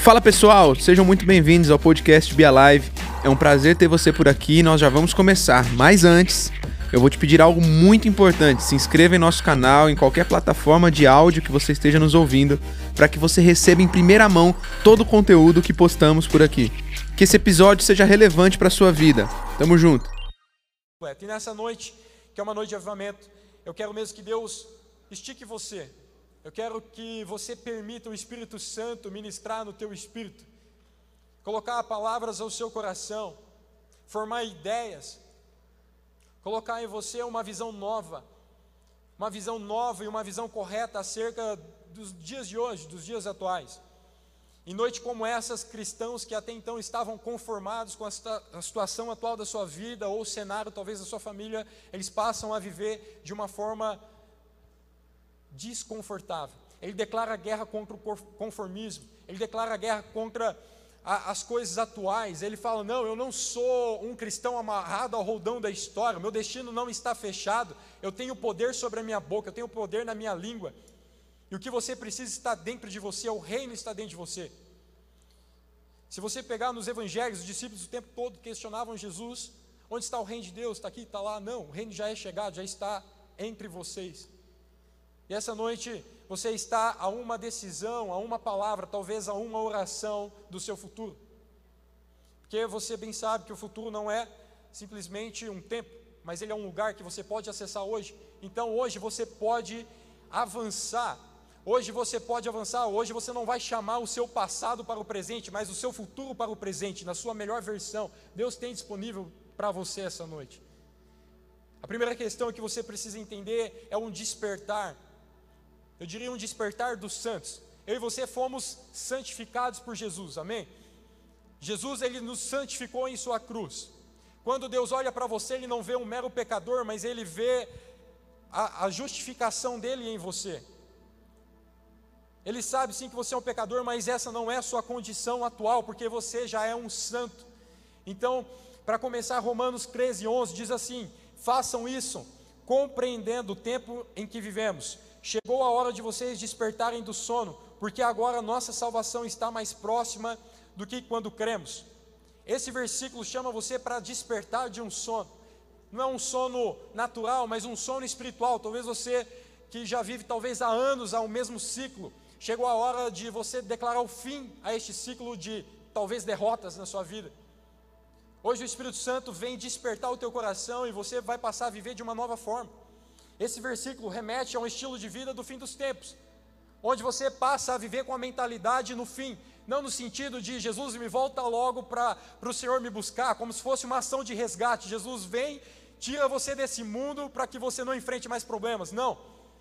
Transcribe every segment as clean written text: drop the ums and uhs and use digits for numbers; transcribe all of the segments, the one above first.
Fala pessoal, sejam muito bem-vindos ao podcast Be Alive. É um prazer ter você por aqui e nós já vamos começar. Mas antes, eu vou te pedir algo muito importante. Se inscreva em nosso canal, em qualquer plataforma de áudio que você esteja nos ouvindo, para que você receba em primeira mão todo o conteúdo que postamos por aqui. Que esse episódio seja relevante para a sua vida. Tamo junto. E nessa noite, que é uma noite de avivamento, eu quero mesmo que Deus estique você. Eu quero que você permita o Espírito Santo ministrar no teu espírito, colocar palavras ao seu coração, formar ideias, colocar em você uma visão nova e uma visão correta acerca dos dias de hoje, dos dias atuais. Em noite como essas, cristãos que até então estavam conformados com a situação atual da sua vida ou o cenário talvez da sua família, eles passam a viver de uma forma desconfortável. Ele declara guerra contra o conformismo, ele declara guerra contra as coisas atuais. Ele fala: não, eu não sou um cristão amarrado ao roldão da história, o meu destino não está fechado, eu tenho poder sobre a minha boca, eu tenho poder na minha língua, e o que você precisa está dentro de você, o reino está dentro de você. Se você pegar nos evangelhos, os discípulos o tempo todo questionavam Jesus: onde está o reino de Deus? Está aqui, está lá? Não, o reino já é chegado, já está entre vocês. E essa noite você está a uma decisão, a uma palavra, talvez a uma oração do seu futuro. Porque você bem sabe que o futuro não é simplesmente um tempo, mas ele é um lugar que você pode acessar hoje. Então hoje você pode avançar. Hoje você pode avançar. Hoje você não vai chamar o seu passado para o presente, mas o seu futuro para o presente, na sua melhor versão. Deus tem disponível para você essa noite. A primeira questão que você precisa entender é um despertar. Eu diria um despertar dos santos. Eu e você fomos santificados por Jesus, amém? Jesus, ele nos santificou em sua cruz. Quando Deus olha para você, ele não vê um mero pecador, mas ele vê a justificação dele em você. Ele sabe sim que você é um pecador, mas essa não é a sua condição atual, porque você já é um santo. Então, para começar, Romanos 13:11 diz assim: façam isso, compreendendo o tempo em que vivemos. Chegou a hora de vocês despertarem do sono, porque agora nossa salvação está mais próxima do que quando cremos. Esse versículo chama você para despertar de um sono. Não é um sono natural, mas um sono espiritual. Talvez você que já vive talvez há anos ao mesmo ciclo, chegou a hora de você declarar o fim a este ciclo de talvez derrotas na sua vida. Hoje o Espírito Santo vem despertar o teu coração e você vai passar a viver de uma nova forma. Esse versículo remete a um estilo de vida do fim dos tempos, onde você passa a viver com a mentalidade no fim, não no sentido de Jesus me volta logo para o Senhor me buscar, como se fosse uma ação de resgate. Jesus vem, tira você desse mundo para que você não enfrente mais problemas. Não.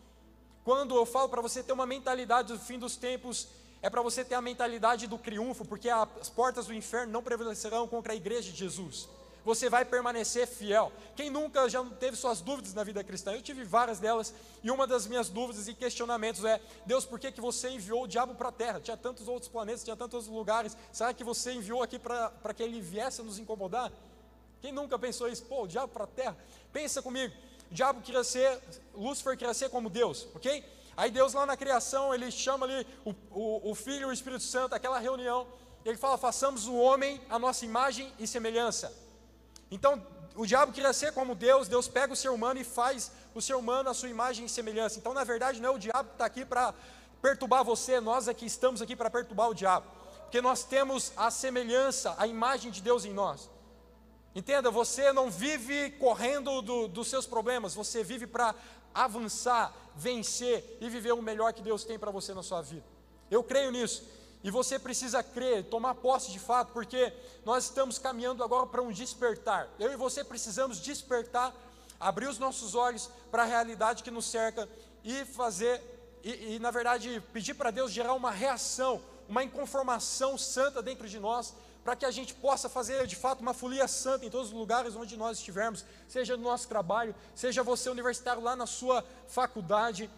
Quando eu falo para você ter uma mentalidade do fim dos tempos, é para você ter a mentalidade do triunfo, porque as portas do inferno não prevalecerão contra a igreja de Jesus. Você vai permanecer fiel. Quem nunca já teve suas dúvidas na vida cristã? Eu tive várias delas, e uma das minhas dúvidas e questionamentos é: Deus, por que você enviou o diabo para a terra? Tinha tantos outros planetas, tinha tantos outros lugares, será que você enviou aqui para que ele viesse a nos incomodar? Quem nunca pensou isso? Pô, o diabo para a terra? Pensa comigo, o diabo queria ser, Lúcifer queria ser como Deus, ok? Aí Deus lá na criação, ele chama ali o Filho e o Espírito Santo, aquela reunião, ele fala: façamos o homem a nossa imagem e semelhança. Então, o diabo queria ser como Deus, Deus pega o ser humano e faz o ser humano a sua imagem e semelhança. Então, na verdade, não é o diabo que está aqui para perturbar você, nós aqui estamos aqui para perturbar o diabo, porque nós temos a semelhança, a imagem de Deus em nós. Entenda, você não vive correndo dos seus problemas, você vive para avançar, vencer e viver o melhor que Deus tem para você na sua vida. Eu creio nisso. E você precisa crer, tomar posse de fato, porque nós estamos caminhando agora para um despertar. Eu e você precisamos despertar, abrir os nossos olhos para a realidade que nos cerca e fazer, na verdade, pedir para Deus gerar uma reação, uma inconformação santa dentro de nós, para que a gente possa fazer de fato uma folia santa em todos os lugares onde nós estivermos, seja no nosso trabalho, seja você universitário lá na sua faculdade.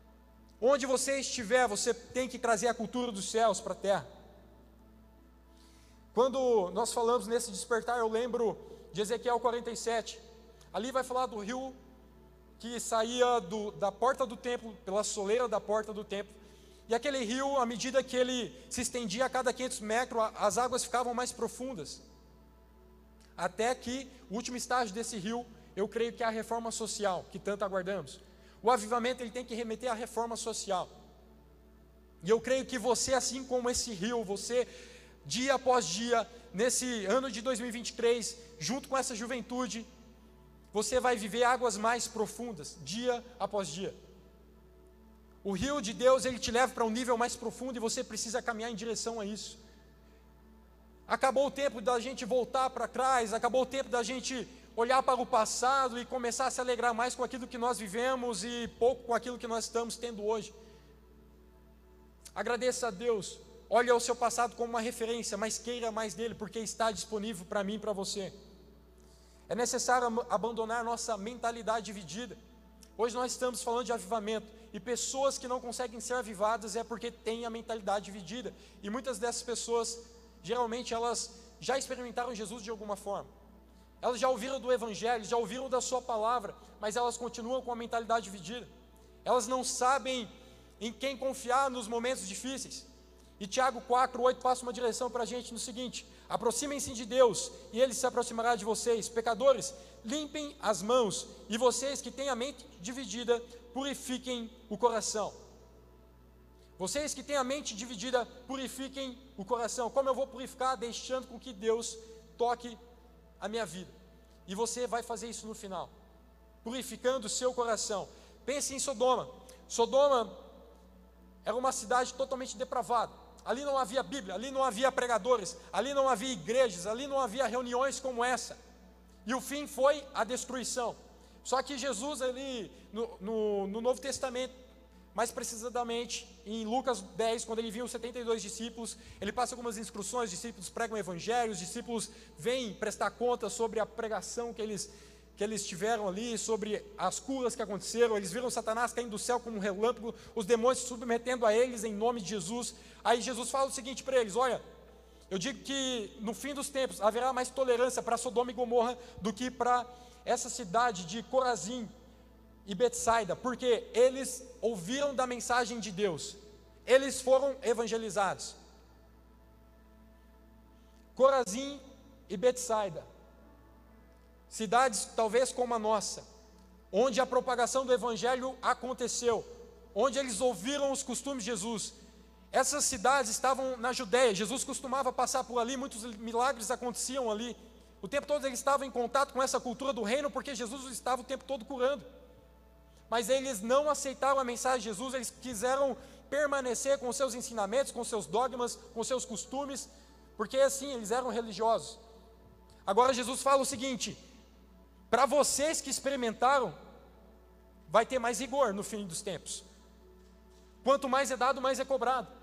Onde você estiver, você tem que trazer a cultura dos céus para a terra. Quando nós falamos nesse despertar, eu lembro de Ezequiel 47. Ali vai falar do rio que saía da porta do templo, pela soleira da porta do templo, E aquele rio, à medida que ele se estendia a cada 500 metros, as águas ficavam mais profundas. Até que o último estágio desse rio, eu creio que é a reforma social, que tanto aguardamos. O avivamento ele tem que remeter à reforma social. E eu creio que você, assim como esse rio, você, dia após dia, nesse ano de 2023, junto com essa juventude, você vai viver águas mais profundas, dia após dia. O rio de Deus, ele te leva para um nível mais profundo e você precisa caminhar em direção a isso. Acabou o tempo da gente voltar para trás, acabou o tempo da gente olhar para o passado e começar a se alegrar mais com aquilo que nós vivemos e pouco com aquilo que nós estamos tendo hoje. Agradeça a Deus, olhe ao seu passado como uma referência, mas queira mais dele, porque está disponível para mim e para você. É necessário abandonar nossa mentalidade dividida. Hoje nós estamos falando de avivamento, e pessoas que não conseguem ser avivadas é porque têm a mentalidade dividida, e muitas dessas pessoas, geralmente elas já experimentaram Jesus de alguma forma, elas já ouviram do Evangelho, já ouviram da sua palavra, mas elas continuam com a mentalidade dividida, elas não sabem em quem confiar nos momentos difíceis. E Tiago 4:8 passa uma direção para a gente no seguinte: aproximem-se de Deus, e Ele se aproximará de vocês. Pecadores, limpem as mãos, e vocês que têm a mente dividida, purifiquem o coração. Vocês que têm a mente dividida, purifiquem o coração. Como eu vou purificar? Deixando com que Deus toque a minha vida. E você vai fazer isso no final, purificando o seu coração. Pense em Sodoma. Sodoma era uma cidade totalmente depravada. Ali não havia Bíblia, ali não havia pregadores, ali não havia igrejas, ali não havia reuniões como essa. E o fim foi a destruição. Só que Jesus ali no Novo Testamento, mais precisamente em Lucas 10, quando ele viu os 72 discípulos, ele passa algumas instruções, os discípulos pregam o evangelho, os discípulos vêm prestar conta sobre a pregação que eles tiveram ali, sobre as curas que aconteceram. Eles viram Satanás caindo do céu como um relâmpago, os demônios se submetendo a eles em nome de Jesus. Aí Jesus fala o seguinte para eles: olha, eu digo que no fim dos tempos haverá mais tolerância para Sodoma e Gomorra do que para essa cidade de Corazim e Betsaida, porque eles ouviram da mensagem de Deus, eles foram evangelizados. Corazim e Betsaida, cidades talvez como a nossa, onde a propagação do evangelho aconteceu, onde eles ouviram os costumes de Jesus. Essas cidades estavam na Judéia, Jesus costumava passar por ali, muitos milagres aconteciam ali. O tempo todo eles estavam em contato com essa cultura do reino, porque Jesus estava o tempo todo curando. Mas eles não aceitaram a mensagem de Jesus, eles quiseram permanecer com os seus ensinamentos, com os seus dogmas, com os seus costumes, porque assim, eles eram religiosos. Agora Jesus fala o seguinte: para vocês que experimentaram, vai ter mais rigor no fim dos tempos. Quanto mais é dado, mais é cobrado.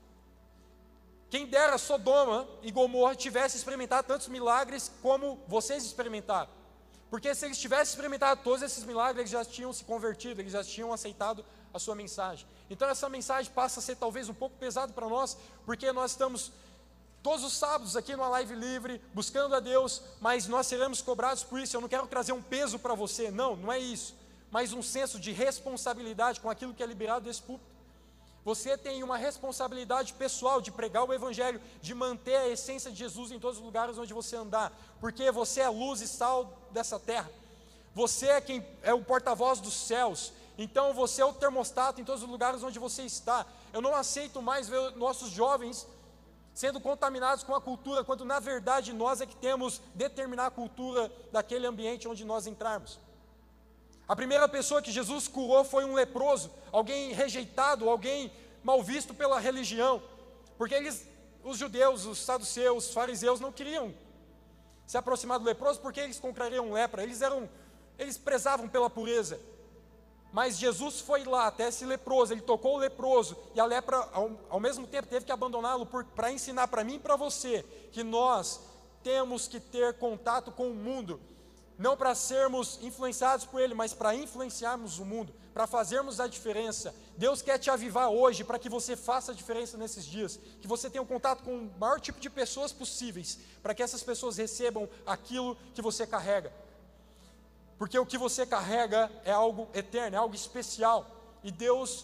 Quem dera Sodoma e Gomorra tivessem experimentado tantos milagres como vocês experimentaram. Porque se eles tivessem experimentado todos esses milagres, eles já tinham se convertido, eles já tinham aceitado a sua mensagem. Então essa mensagem passa a ser talvez um pouco pesado para nós, porque nós estamos todos os sábados aqui numa live livre, buscando a Deus, mas nós seremos cobrados por isso. Eu não quero trazer um peso para você, não é isso, mas um senso de responsabilidade com aquilo que é liberado desse púlpito. Você tem uma responsabilidade pessoal de pregar o evangelho, de manter a essência de Jesus em todos os lugares onde você andar, porque você é luz e sal dessa terra. Você é quem é o porta-voz dos céus. Então você é o termostato em todos os lugares onde você está. Eu não aceito mais ver nossos jovens sendo contaminados com a cultura, quando na verdade nós é que temos determinar a cultura daquele ambiente onde nós entrarmos. A primeira pessoa que Jesus curou foi um leproso, alguém rejeitado, alguém mal visto pela religião, porque os judeus, os saduceus, os fariseus não queriam se aproximar do leproso, porque eles contrariam lepra, eles prezavam pela pureza. Mas Jesus foi lá até esse leproso, ele tocou o leproso, e a lepra ao mesmo tempo teve que abandoná-lo para ensinar para mim e para você que nós temos que ter contato com o mundo, não para sermos influenciados por ele, mas para influenciarmos o mundo, para fazermos a diferença. Deus quer te avivar hoje para que você faça a diferença nesses dias, que você tenha um contato com o maior tipo de pessoas possíveis, para que essas pessoas recebam aquilo que você carrega. Porque o que você carrega é algo eterno, é algo especial, e Deus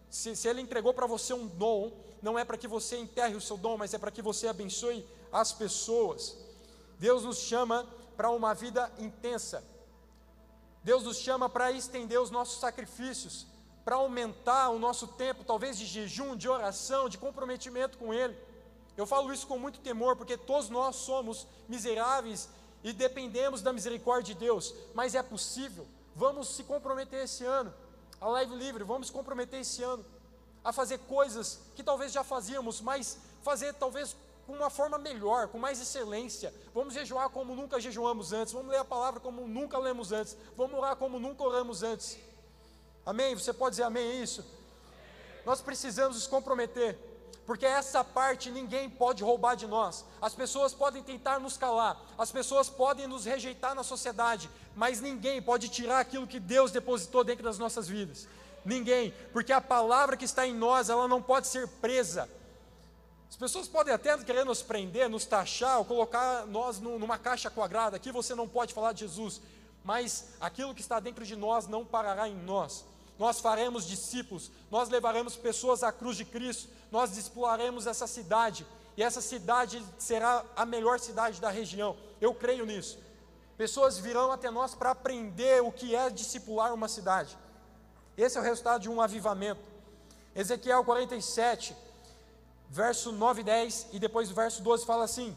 Se Ele entregou para você um dom, não é para que você enterre o seu dom, mas é para que você abençoe as pessoas. Deus nos chama para uma vida intensa. Deus nos chama para estender os nossos sacrifícios, para aumentar o nosso tempo, talvez de jejum, de oração, de comprometimento com Ele. Eu falo isso com muito temor, porque todos nós somos miseráveis e dependemos da misericórdia de Deus, mas é possível. Vamos se comprometer esse ano, a Live Livre, vamos se comprometer esse ano a fazer coisas que talvez já fazíamos, mas fazer talvez com uma forma melhor, com mais excelência. Vamos jejuar como nunca jejuamos antes, vamos ler a palavra como nunca lemos antes, vamos orar como nunca oramos antes. Amém? Você pode dizer amém a isso? Nós precisamos nos comprometer, porque essa parte ninguém pode roubar de nós. As pessoas podem tentar nos calar, as pessoas podem nos rejeitar na sociedade, mas ninguém pode tirar aquilo que Deus depositou dentro das nossas vidas. Ninguém, porque a palavra que está em nós, ela não pode ser presa. As pessoas podem até querer nos prender, nos taxar, ou colocar nós numa caixa quadrada. Aqui você não pode falar de Jesus, mas aquilo que está dentro de nós não parará em nós. Nós faremos discípulos, nós levaremos pessoas à cruz de Cristo, nós discipularemos essa cidade, e essa cidade será a melhor cidade da região. Eu creio nisso. Pessoas virão até nós para aprender o que é discipular uma cidade. Esse é o resultado de um avivamento. Ezequiel 47, verso 9 e 10, e depois o verso 12 fala assim: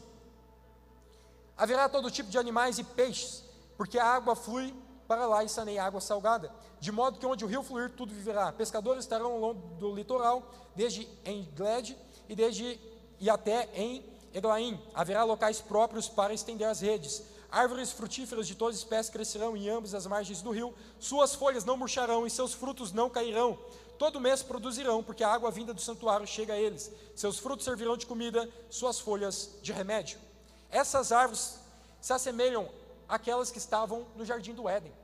haverá todo tipo de animais e peixes, porque a água flui para lá e saneia a água salgada, de modo que onde o rio fluir, tudo viverá. Pescadores estarão ao longo do litoral, desde En-Glede e até em Eglaim. Haverá locais próprios para estender as redes. Árvores frutíferas de todas as espécies crescerão em ambas as margens do rio, suas folhas não murcharão e seus frutos não cairão. Todo mês produzirão, porque a água vinda do santuário chega a eles. Seus frutos servirão de comida, suas folhas de remédio. Essas árvores se assemelham àquelas que estavam no jardim do Éden.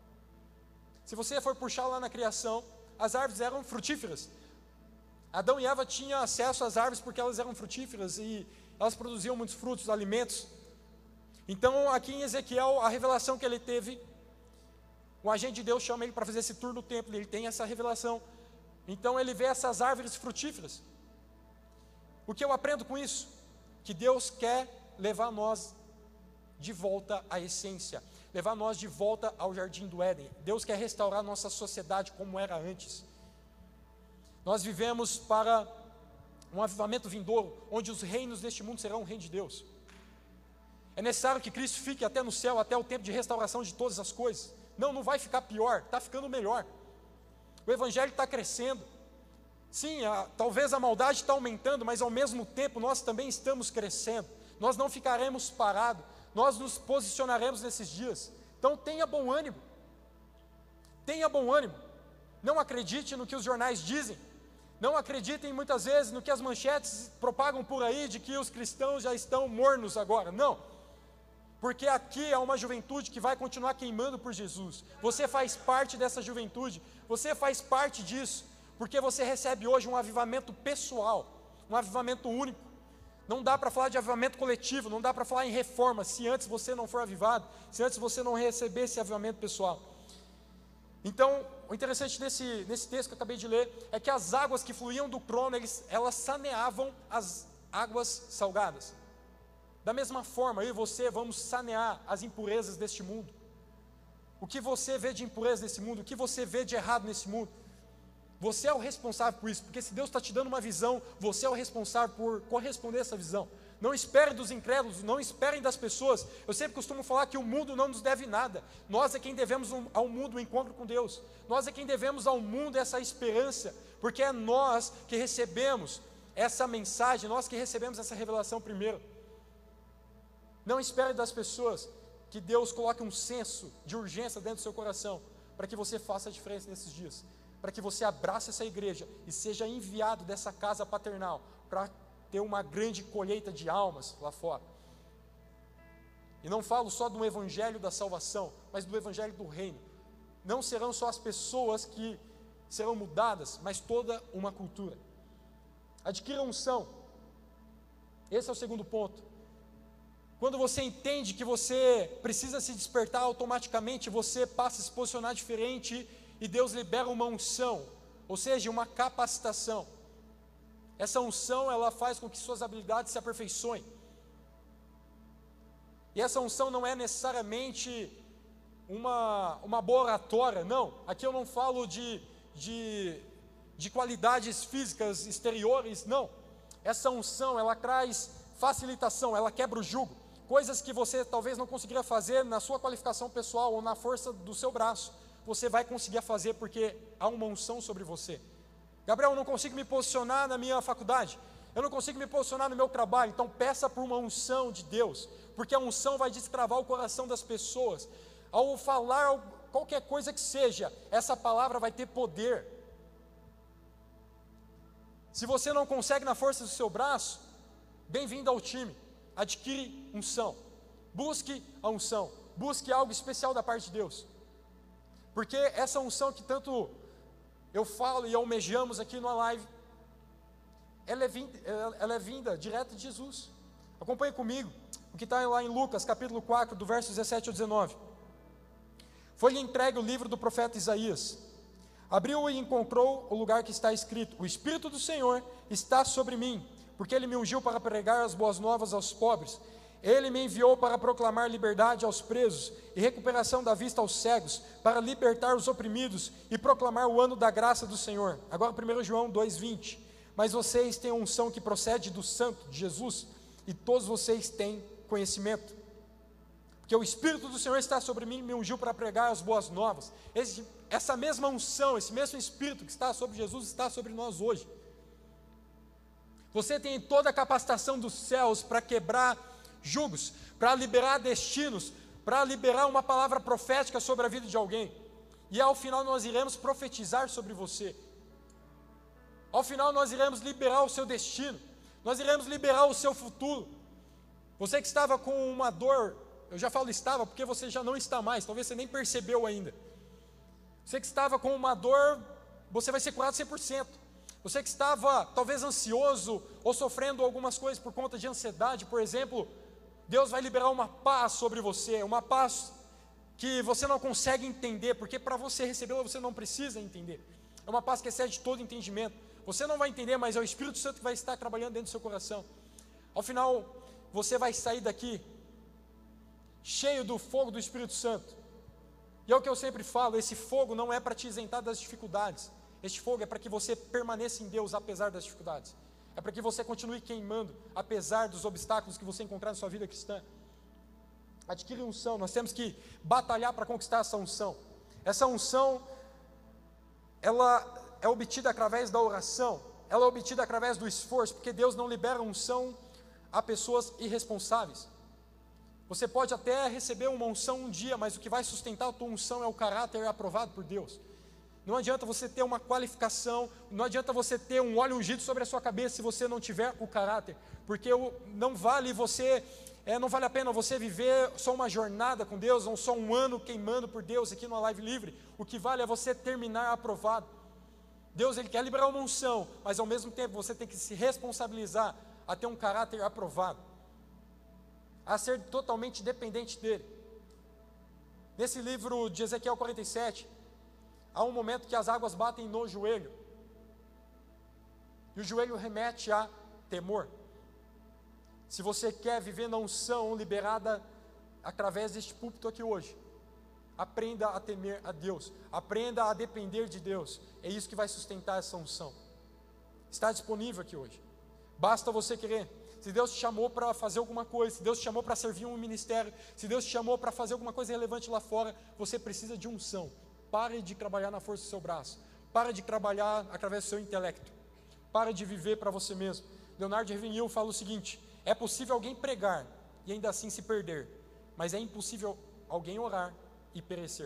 Se você for puxar lá na criação, as árvores eram frutíferas. Adão e Eva tinham acesso às árvores porque elas eram frutíferas e elas produziam muitos frutos, alimentos. Então aqui em Ezequiel, a revelação que ele teve, o agente de Deus chama ele para fazer esse tour no templo, e ele tem essa revelação. Então ele vê essas árvores frutíferas. O que eu aprendo com isso? Que Deus quer levar nós de volta à essência, levar nós de volta ao jardim do Éden. Deus quer restaurar nossa sociedade como era antes. Nós vivemos para um avivamento vindouro, onde os reinos deste mundo serão o reino de Deus. É necessário que Cristo fique até no céu, até o tempo de restauração de todas as coisas. Não vai ficar pior, está ficando melhor. O Evangelho está crescendo. Sim, talvez a maldade está aumentando, mas ao mesmo tempo nós também estamos crescendo. Nós não ficaremos parados, nós nos posicionaremos nesses dias. Então tenha bom ânimo. Tenha bom ânimo. Não acredite no que os jornais dizem. Não acreditem muitas vezes no que as manchetes propagam por aí, de que os cristãos já estão mornos agora. Não. Porque aqui é uma juventude que vai continuar queimando por Jesus. Você faz parte dessa juventude, você faz parte disso, porque você recebe hoje um avivamento pessoal, um avivamento único. Não dá para falar de avivamento coletivo, não dá para falar em reforma, se antes você não for avivado, se antes você não receber esse avivamento pessoal. Então, o interessante nesse texto que eu acabei de ler, é que as águas que fluíam do trono, elas saneavam as águas salgadas. Da mesma forma, eu e você vamos sanear as impurezas deste mundo. O que você vê de impureza nesse mundo, o que você vê de errado nesse mundo, você é o responsável por isso, porque se Deus está te dando uma visão, você é o responsável por corresponder a essa visão. Não espere dos incrédulos, não esperem das pessoas. Eu sempre costumo falar que o mundo não nos deve nada. Nós é quem devemos ao mundo o encontro com Deus. Nós é quem devemos ao mundo essa esperança, porque é nós que recebemos essa mensagem, nós que recebemos essa revelação primeiro. Não espere das pessoas que Deus coloque um senso de urgência dentro do seu coração, para que você faça a diferença nesses dias, para que você abrace essa igreja e seja enviado dessa casa paternal, para ter uma grande colheita de almas lá fora. E não falo só do evangelho da salvação, mas do evangelho do reino. Não serão só as pessoas que serão mudadas, mas toda uma cultura. Adquira unção. Esse é o segundo ponto. Quando você entende que você precisa se despertar automaticamente, você passa a se posicionar diferente e Deus libera uma unção ou seja, uma capacitação. Essa unção, ela faz com que suas habilidades se aperfeiçoem. E essa unção não é necessariamente uma boa oratória, não. Aqui eu não falo de qualidades físicas exteriores, não. Essa unção, ela traz facilitação, ela quebra o jugo. Coisas que você talvez não conseguiria fazer na sua qualificação pessoal ou na força do seu braço, você vai conseguir fazer porque há uma unção sobre você. Gabriel, eu não consigo me posicionar na minha faculdade, eu não consigo me posicionar no meu trabalho, então peça por uma unção de Deus, porque a unção vai destravar o coração das pessoas. Ao falar qualquer coisa que seja, essa palavra vai ter poder. Se você não consegue na força do seu braço, bem-vindo ao time. Adquire unção, busque a unção, busque algo especial da parte de Deus, porque essa unção que tanto eu falo e almejamos aqui na live, ela é vinda direto de Jesus. Acompanhe comigo o que está lá em Lucas capítulo 4, do verso 17 ao 19. Foi-lhe entregue o livro do profeta Isaías. Abriu e encontrou o lugar que está escrito: o Espírito do Senhor está sobre mim, porque Ele me ungiu para pregar as boas novas aos pobres. Ele me enviou para proclamar liberdade aos presos e recuperação da vista aos cegos, para libertar os oprimidos e proclamar o ano da graça do Senhor. Agora 1 João 2,20. Mas vocês têm a unção que procede do Santo, de Jesus, e todos vocês têm conhecimento. Porque o Espírito do Senhor está sobre mim e me ungiu para pregar as boas novas. Essa mesma unção, esse mesmo Espírito que está sobre Jesus, está sobre nós hoje. Você tem toda a capacitação dos céus para quebrar jugos, para liberar destinos, para liberar uma palavra profética sobre a vida de alguém. E ao final nós iremos profetizar sobre você. Ao final nós iremos liberar o seu destino, nós iremos liberar o seu futuro. Você que estava com uma dor, eu já falo estava porque você já não está mais, talvez você nem percebeu ainda. Você que estava com uma dor, você vai ser curado 100%. Você que estava talvez ansioso ou sofrendo algumas coisas por conta de ansiedade, por exemplo, Deus vai liberar uma paz sobre você, uma paz que você não consegue entender, porque para você recebê-la você não precisa entender. É uma paz que excede todo entendimento. Você não vai entender, mas é o Espírito Santo que vai estar trabalhando dentro do seu coração. Ao final, você vai sair daqui cheio do fogo do Espírito Santo. E é o que eu sempre falo, esse fogo não é para te isentar das dificuldades. Este fogo é para que você permaneça em Deus apesar das dificuldades. É para que você continue queimando apesar dos obstáculos que você encontrar na sua vida cristã. Adquire unção, nós temos que batalhar para conquistar essa unção. Essa unção, ela é obtida através da oração, ela é obtida através do esforço, porque Deus não libera unção a pessoas irresponsáveis. Você pode até receber uma unção um dia, mas o que vai sustentar a tua unção é o caráter aprovado por Deus. Não adianta você ter uma qualificação, não adianta você ter um óleo ungido sobre a sua cabeça se você não tiver o caráter, porque não vale a pena você viver só uma jornada com Deus, ou só um ano queimando por Deus aqui numa live livre. O que vale é você terminar aprovado. Deus, Ele quer liberar uma unção, mas ao mesmo tempo você tem que se responsabilizar a ter um caráter aprovado, a ser totalmente dependente dEle. Nesse livro de Ezequiel 47, há um momento que as águas batem no joelho, e o joelho remete a temor. Se você quer viver na unção liberada através deste púlpito aqui hoje, aprenda a temer a Deus, aprenda a depender de Deus. É isso que vai sustentar essa unção. Está disponível aqui hoje, basta você querer. Se Deus te chamou para fazer alguma coisa, se Deus te chamou para servir um ministério, se Deus te chamou para fazer alguma coisa relevante lá fora, você precisa de unção. Pare de trabalhar na força do seu braço, pare de trabalhar através do seu intelecto, pare de viver para você mesmo. Leonardo Ravenhill fala o seguinte: é possível alguém pregar e ainda assim se perder, mas é impossível alguém orar e perecer.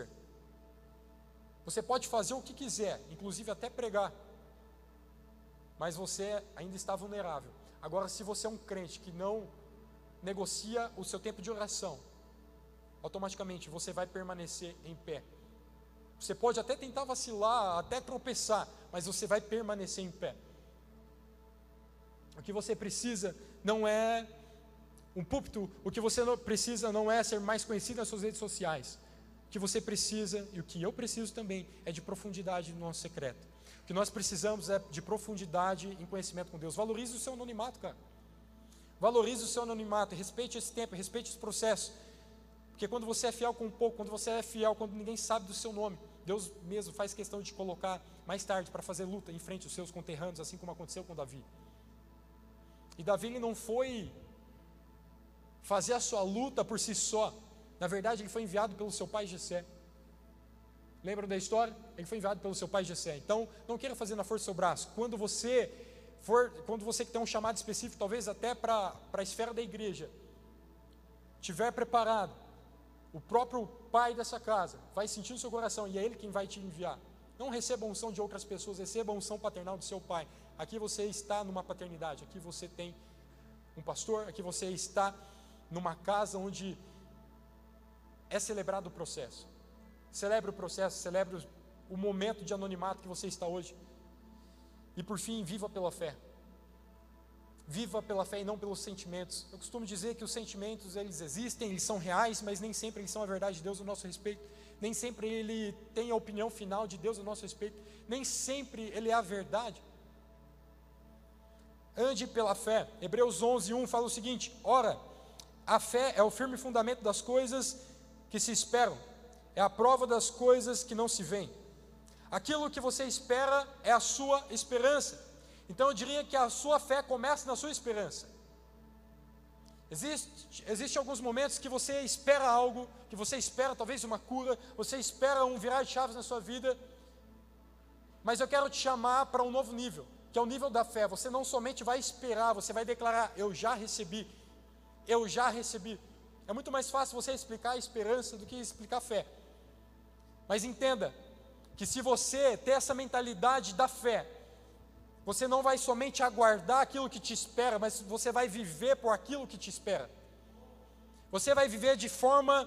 Você pode fazer o que quiser, inclusive até pregar, mas você ainda está vulnerável. Agora, se você é um crente que não negocia o seu tempo de oração, automaticamente você vai permanecer em pé. Você pode até tentar vacilar, até tropeçar, mas você vai permanecer em pé. O que você precisa não é um púlpito, o que você precisa não é ser mais conhecido nas suas redes sociais. O que você precisa, e o que eu preciso também, é de profundidade no nosso secreto. que nós precisamos é de profundidade em conhecimento com Deus. Valorize o seu anonimato, cara. Valorize o seu anonimato, respeite esse tempo, respeite esse processo. Porque quando você é fiel com um pouco, quando você é fiel, quando ninguém sabe do seu nome, Deus mesmo faz questão de te colocar mais tarde para fazer luta em frente aos seus conterrâneos, assim como aconteceu com Davi. E Davi, ele não foi fazer a sua luta por si só. Na verdade, ele foi enviado pelo seu pai Jessé. Lembram da história? Ele foi enviado pelo seu pai Jessé. Então, não queira fazer na força do seu braço. Quando você que tem um chamado específico, talvez até para a esfera da igreja, tiver preparado, o próprio pai dessa casa vai sentir no seu coração, e é ele quem vai te enviar. Não receba a unção de outras pessoas, receba a unção paternal do seu pai. Aqui você está numa paternidade, aqui você tem um pastor, aqui você está numa casa onde é celebrado o processo. Celebre o processo, celebre o momento de anonimato que você está hoje. E por fim, viva pela fé. Viva pela fé e não pelos sentimentos. Eu costumo dizer que os sentimentos, eles existem, eles são reais, mas nem sempre eles são a verdade de Deus a nosso respeito. Nem sempre ele tem a opinião final de Deus a nosso respeito. Nem sempre ele é a verdade. Ande pela fé. Hebreus 11:1 fala o seguinte: ora, a fé é o firme fundamento das coisas que se esperam, é a prova das coisas que não se veem. Aquilo que você espera é a sua esperança. Então eu diria que a sua fé começa na sua esperança. Existem alguns momentos que você espera algo, que você espera talvez uma cura, você espera um virar de chaves na sua vida, mas eu quero te chamar para um novo nível, que é o nível da fé. Você não somente vai esperar, você vai declarar: eu já recebi, eu já recebi. É muito mais fácil você explicar a esperança do que explicar a fé. Mas entenda que se você ter essa mentalidade da fé, você não vai somente aguardar aquilo que te espera, mas você vai viver por aquilo que te espera. Você vai viver de forma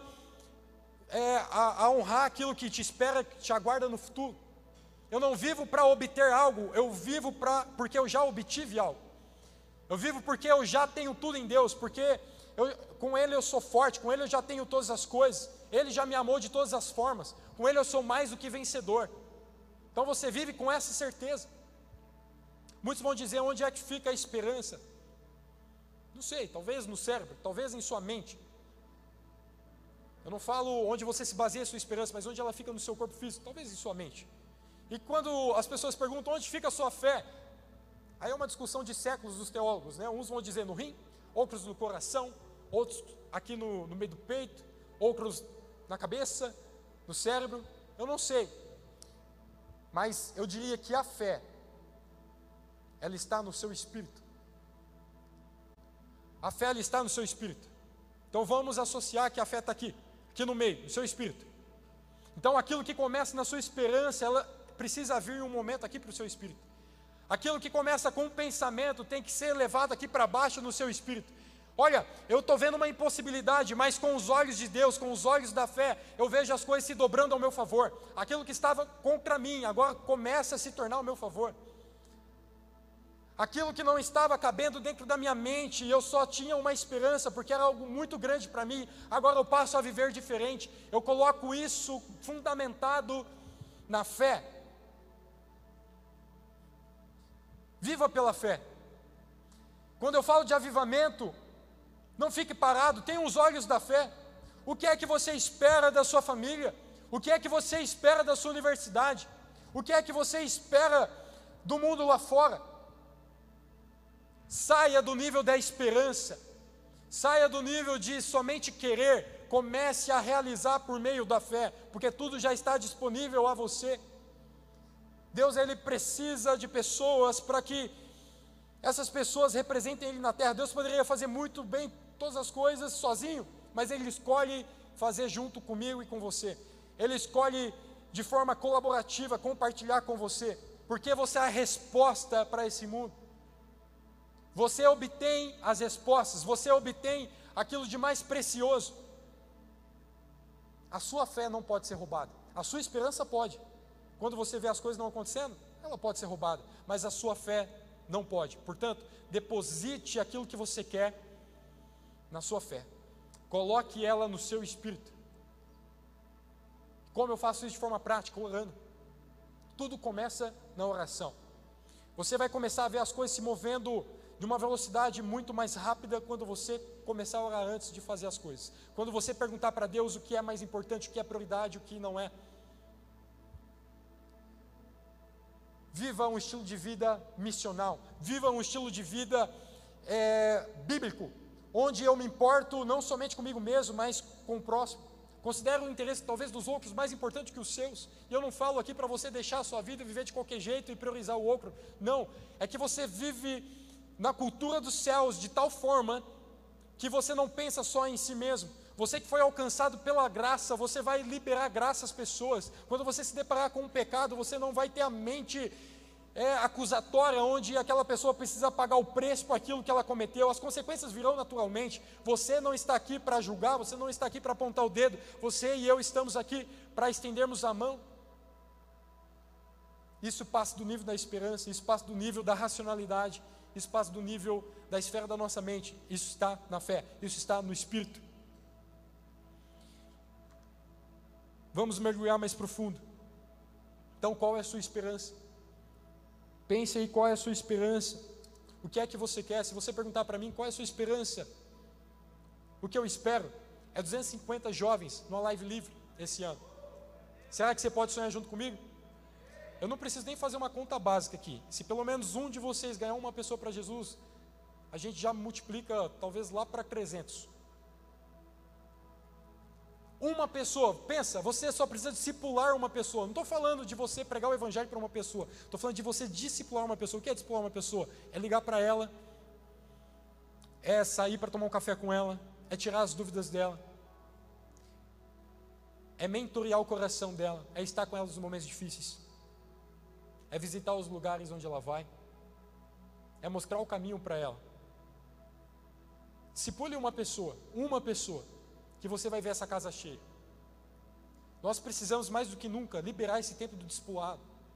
a honrar aquilo que te espera, que te aguarda no futuro. Eu não vivo para obter algo, eu vivo porque eu já obtive algo. Eu vivo porque eu já tenho tudo em Deus, porque com Ele eu sou forte, com Ele eu já tenho todas as coisas, Ele já me amou de todas as formas, com Ele eu sou mais do que vencedor. Então você vive com essa certeza. Muitos vão dizer: onde é que fica a esperança? Não sei, talvez no cérebro, talvez em sua mente. Eu não falo onde você se baseia a sua esperança, mas onde ela fica no seu corpo físico, talvez em sua mente. E quando as pessoas perguntam onde fica a sua fé, aí é uma discussão de séculos dos teólogos, né? Uns vão dizer no rim, outros no coração, outros aqui no meio do peito, outros na cabeça, no cérebro, eu não sei. Mas eu diria que a fé, ela está no seu espírito. A fé, ela está no seu espírito. Então vamos associar que a fé está aqui no meio, no seu espírito. Então aquilo que começa na sua esperança, ela precisa vir um momento aqui para o seu espírito. Aquilo que começa com um pensamento tem que ser levado aqui para baixo no seu espírito. Olha, eu estou vendo uma impossibilidade, mas com os olhos de Deus, com os olhos da fé, eu vejo as coisas se dobrando ao meu favor. Aquilo que estava contra mim, agora começa a se tornar ao meu favor. Aquilo que não estava cabendo dentro da minha mente, eu só tinha uma esperança, porque era algo muito grande para mim, agora eu passo a viver diferente. Eu coloco isso fundamentado na fé. Viva pela fé. Quando eu falo de avivamento, não fique parado, tenha os olhos da fé. O que é que você espera da sua família? O que é que você espera da sua universidade? O que é que você espera do mundo lá fora? Saia do nível da esperança, saia do nível de somente querer, comece a realizar por meio da fé, porque tudo já está disponível a você. Deus, Ele precisa de pessoas para que essas pessoas representem Ele na terra. Deus poderia fazer muito bem todas as coisas sozinho, mas Ele escolhe fazer junto comigo e com você. Ele escolhe de forma colaborativa compartilhar com você, porque você é a resposta para esse mundo. Você obtém as respostas, você obtém aquilo de mais precioso. A sua fé não pode ser roubada, a sua esperança pode. Quando você vê as coisas não acontecendo, ela pode ser roubada, mas a sua fé não pode. Portanto, deposite aquilo que você quer na sua fé, coloque ela no seu espírito. Como eu faço isso de forma prática? Orando. Tudo começa na oração. Você vai começar a ver as coisas se movendo de uma velocidade muito mais rápida quando você começar a orar antes de fazer as coisas. Quando você perguntar para Deus o que é mais importante, o que é prioridade, o que não é. Viva um estilo de vida missional. Viva um estilo de vida bíblico, onde eu me importo não somente comigo mesmo, mas com o próximo. Considero o interesse talvez dos outros mais importante que os seus. E eu não falo aqui para você deixar a sua vida e viver de qualquer jeito e priorizar o outro. Não, é que você vive na cultura dos céus de tal forma que você não pensa só em si mesmo. Você que foi alcançado pela graça, você vai liberar graça às pessoas. Quando você se deparar com um pecado, você não vai ter a mente acusatória, onde aquela pessoa precisa pagar o preço por aquilo que ela cometeu. As consequências virão naturalmente. Você não está aqui para julgar, você não está aqui para apontar o dedo. Você e eu estamos aqui para estendermos a mão. Isso passa do nível da esperança, isso passa do nível da racionalidade, isso passa do nível da esfera da nossa mente. Isso está na fé, isso está no Espírito. Vamos mergulhar mais profundo. Então, qual é a sua esperança? Pense aí qual é a sua esperança. O que é que você quer? Se você perguntar para mim qual é a sua esperança, o que eu espero é 250 jovens numa live livre esse ano. Será que você pode sonhar junto comigo? Eu não preciso nem fazer uma conta básica aqui. Se pelo menos um de vocês ganhar uma pessoa para Jesus, a gente já multiplica talvez lá para 300. Uma pessoa, pensa, você só precisa discipular uma pessoa. Não estou falando de você pregar o evangelho para uma pessoa. Estou falando de você discipular uma pessoa. O que é discipular uma pessoa? É ligar para ela, é sair para tomar um café com ela, é tirar as dúvidas dela, é mentorear o coração dela, é estar com ela nos momentos difíceis, é visitar os lugares onde ela vai, é mostrar o caminho para ela. Discipule uma pessoa, que você vai ver essa casa cheia. Nós precisamos mais do que nunca liberar esse tempo do discipulado.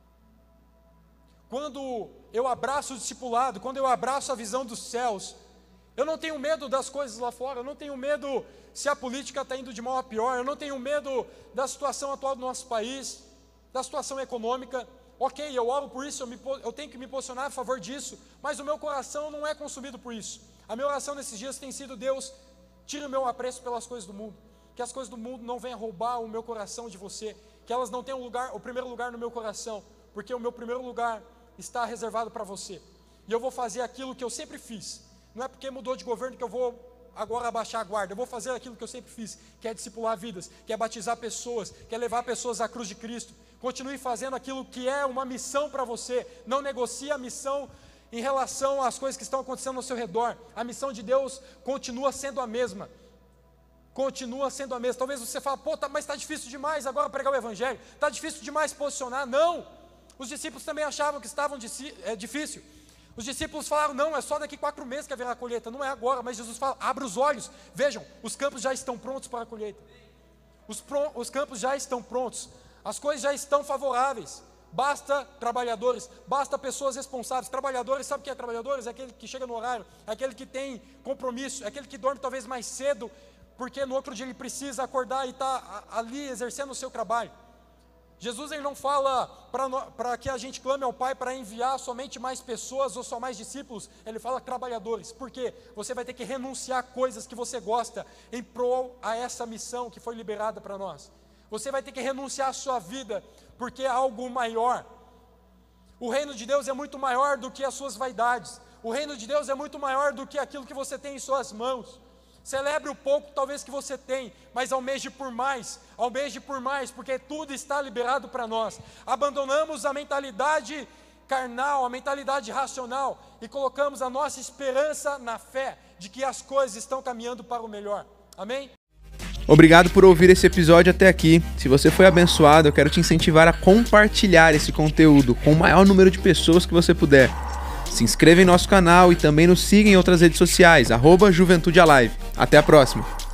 Quando eu abraço o discipulado, quando eu abraço a visão dos céus, eu não tenho medo das coisas lá fora, eu não tenho medo se a política está indo de mal a pior, eu não tenho medo da situação atual do nosso país, da situação econômica. Ok, eu oro por isso, eu tenho que me posicionar a favor disso, mas o meu coração não é consumido por isso. A minha oração nesses dias tem sido: Deus, tire o meu apreço pelas coisas do mundo, que as coisas do mundo não venham roubar o meu coração de você, que elas não tenham o primeiro lugar no meu coração, porque o meu primeiro lugar está reservado para você, e eu vou fazer aquilo que eu sempre fiz. Não é porque mudou de governo que eu vou agora abaixar a guarda. Eu vou fazer aquilo que eu sempre fiz, que é discipular vidas, que é batizar pessoas, que é levar pessoas à cruz de Cristo. Continue fazendo aquilo que é uma missão para você. Não negocie a missão em relação às coisas que estão acontecendo ao seu redor. A missão de Deus continua sendo a mesma. Continua sendo a mesma. Talvez você fale: mas está difícil demais agora pregar o evangelho, está difícil demais posicionar. Não! Os discípulos também achavam que estavam difícil. Os discípulos falaram: não, é só daqui 4 meses que haverá a colheita. Não é agora, mas Jesus fala: abra os olhos, vejam, os campos já estão prontos para a colheita. Os campos já estão prontos, as coisas já estão favoráveis. Basta trabalhadores, basta pessoas responsáveis. Trabalhadores, sabe o que é trabalhadores? É aquele que chega no horário, é aquele que tem compromisso, é aquele que dorme talvez mais cedo, porque no outro dia ele precisa acordar e está ali exercendo o seu trabalho. Jesus, ele não fala para que a gente clame ao Pai para enviar somente mais pessoas ou só mais discípulos. Ele fala trabalhadores. Por quê? Você vai ter que renunciar a coisas que você gosta em prol a essa missão que foi liberada para nós. Você vai ter que renunciar a sua vida, porque é algo maior. O reino de Deus é muito maior do que as suas vaidades. O reino de Deus é muito maior do que aquilo que você tem em suas mãos. Celebre o pouco talvez que você tem, mas almeje por mais, porque tudo está liberado para nós. Abandonamos a mentalidade carnal, a mentalidade racional, e colocamos a nossa esperança na fé de que as coisas estão caminhando para o melhor. Amém? Obrigado por ouvir esse episódio até aqui. Se você foi abençoado, eu quero te incentivar a compartilhar esse conteúdo com o maior número de pessoas que você puder. Se inscreva em nosso canal e também nos siga em outras redes sociais, @JuventudeAlive. Até a próxima!